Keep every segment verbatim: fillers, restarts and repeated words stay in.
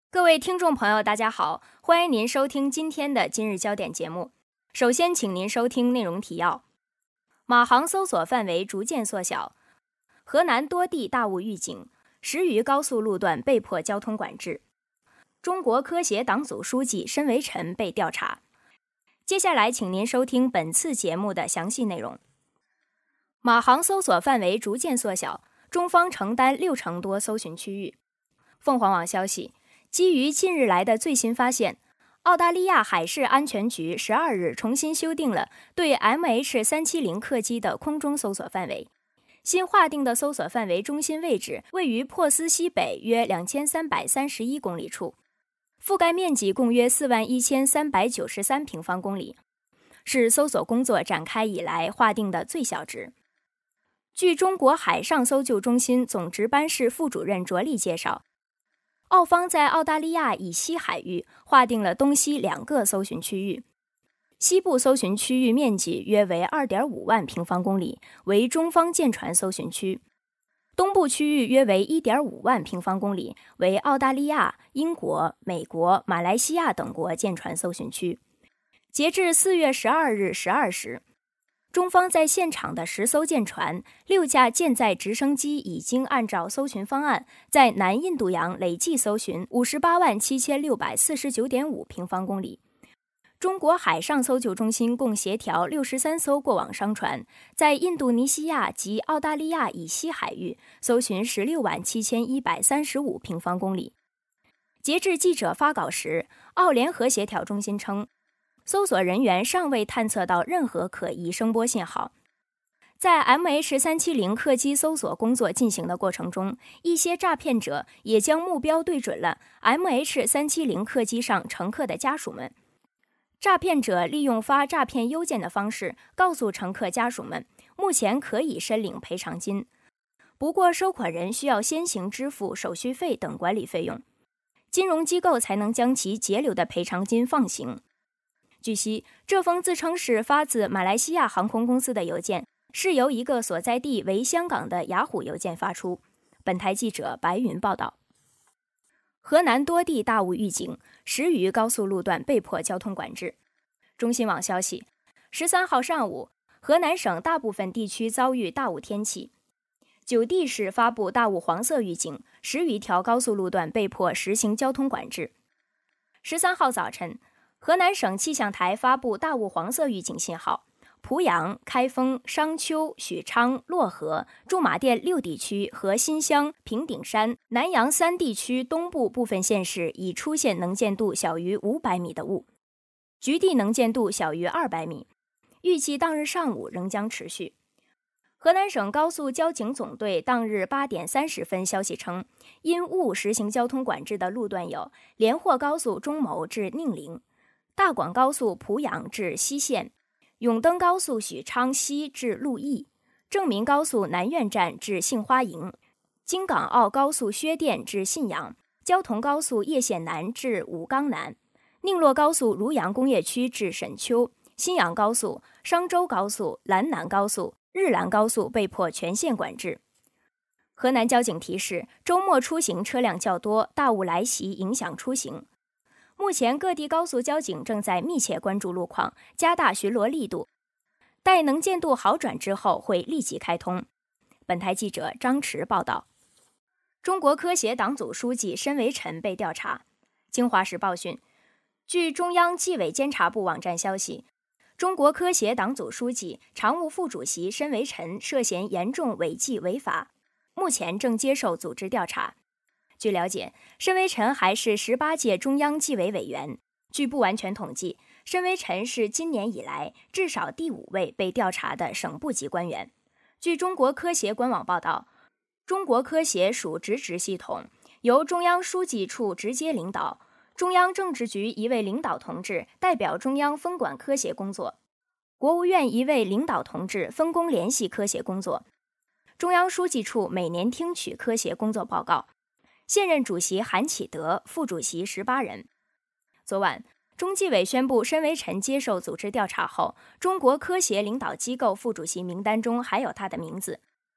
各位听众朋友，大家好，欢迎您收听今天的今日焦点节目。首先，请您收听内容提要：马航搜索范围逐渐缩小，河南多地大雾预警，十余高速路段被迫交通管制。中国科协党组书记申维辰被调查。接下来，请您收听本次节目的详细内容。马航搜索范围逐渐缩小，中方承担六成多搜寻区域。凤凰网消息，基于近日来的最新发现，澳大利亚海事安全局十二日重新修订了对 M H 三七零 客机的空中搜索范围。新划定的搜索范围中心位置位于珀斯西北约两千三百三十一公里处，覆盖面积共约四万一千三百九十三平方公里，是搜索工作展开以来划定的最小值。据中国海上搜救中心总值班室副主任卓丽介绍，澳方在澳大利亚以西海域划定了东西两个搜寻区域，西部搜寻区域面积约为 二点五万平方公里，为中方舰船搜寻区；东部区域约为 一点五万平方公里，为澳大利亚、英国、美国、马来西亚等国舰船搜寻区。截至四月十二日十二时，中方在现场的十艘舰船、六架舰载直升机已经按照搜寻方案，在南印度洋累计搜寻五十八万七千六百四十九点五平方公里。中国海上搜救中心共协调六十三艘过往商船，在印度尼西亚及澳大利亚以西海域搜寻十六万七千一百三十五平方公里。截至记者发稿时，澳联合协调中心称，搜索人员尚未探测到任何可疑声波信号。在 M H 三七零 客机搜索工作进行的过程中，一些诈骗者也将目标对准了 M H 三七零 客机上乘客的家属们。诈骗者利用发诈骗邮件的方式告诉乘客家属们，目前可以申领赔偿金，不过收款人需要先行支付手续费等管理费用，金融机构才能将其截留的赔偿金放行。据悉，这封自称是发自马来西亚航空公司的邮件，是由一个所在地为香港的雅虎邮件发出。本台记者白云报道。河南多地大雾预警，十余高速路段被迫交通管制。中新网消息，十三号上午，河南省大部分地区遭遇大雾天气，九地市发布大雾黄色预警，十余条高速路段被迫实行交通管制。十三号早晨，河南省气象台发布大雾黄色预警信号，濮阳、开封、商丘、许昌、漯河、驻马店六地区和新乡、平顶山、南阳三地区东部部分县市已出现能见度小于五百米的雾，局地能见度小于二百米，预计当日上午仍将持续。河南省高速交警总队当日八点三十分消息称，因雾实行交通管制的路段有连霍高速中牟至宁陵、大广高速濮阳至西县、永登高速许昌西至鹿邑、正民高速南苑站至杏花营、京港澳高速薛店至信阳、交通高速叶县南至武冈南、宁洛高速庐阳工业区至沈丘、新阳高速、商州高速、兰南高速、日兰高速被迫全线管制。河南交警提示，周末出行车辆较多，大雾来袭影响出行。目前各地高速交警正在密切关注路况，加大巡逻力度，待能见度好转之后会立即开通。本台记者张驰报道。中国科协党组书记申维辰被调查。京华时报讯，据中央纪委监察部网站消息，中国科协党组书记、常务副主席申维辰涉嫌严重违纪违法，目前正接受组织调查。据了解，申维辰还是十八届中央纪委委员。据不完全统计，申维辰是今年以来至少第五位被调查的省部级官员。据中国科协官网报道，中国科协属直职系统，由中央书记处直接领导，中央政治局一位领导同志代表中央分管科协工作，国务院一位领导同志分工联系科协工作，中央书记处每年听取科协工作报告。现任主席韩启德，副主席十八人。昨晚，中纪委宣布申维辰接受组织调查后，中国科协领导机构副主席名单中还有他的名字。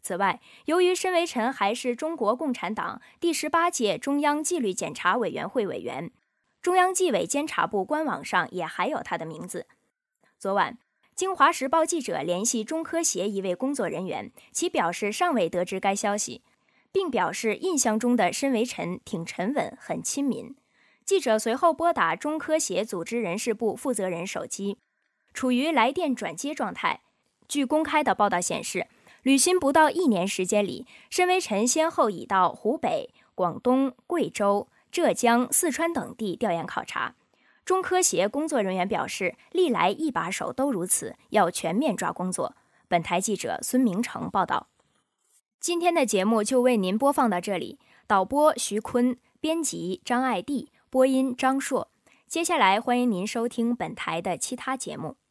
此外，由于申维辰还是中国共产党第十八届中央纪律检查委员会委员，中央纪委监察部官网上也还有他的名字。昨晚，京华时报记者联系中科协一位工作人员，其表示尚未得知该消息，并表示印象中的申维辰挺沉稳，很亲民。记者随后拨打中科协组织人事部负责人手机，处于来电转接状态。据公开的报道显示，履新不到一年时间里，申维辰先后已到湖北、广东、贵州、浙江、四川等地调研考察。中科协工作人员表示，历来一把手都如此，要全面抓工作。本台记者孙明成报道。今天的节目就为您播放到这里，导播徐坤，编辑张爱娣，播音张硕。接下来欢迎您收听本台的其他节目。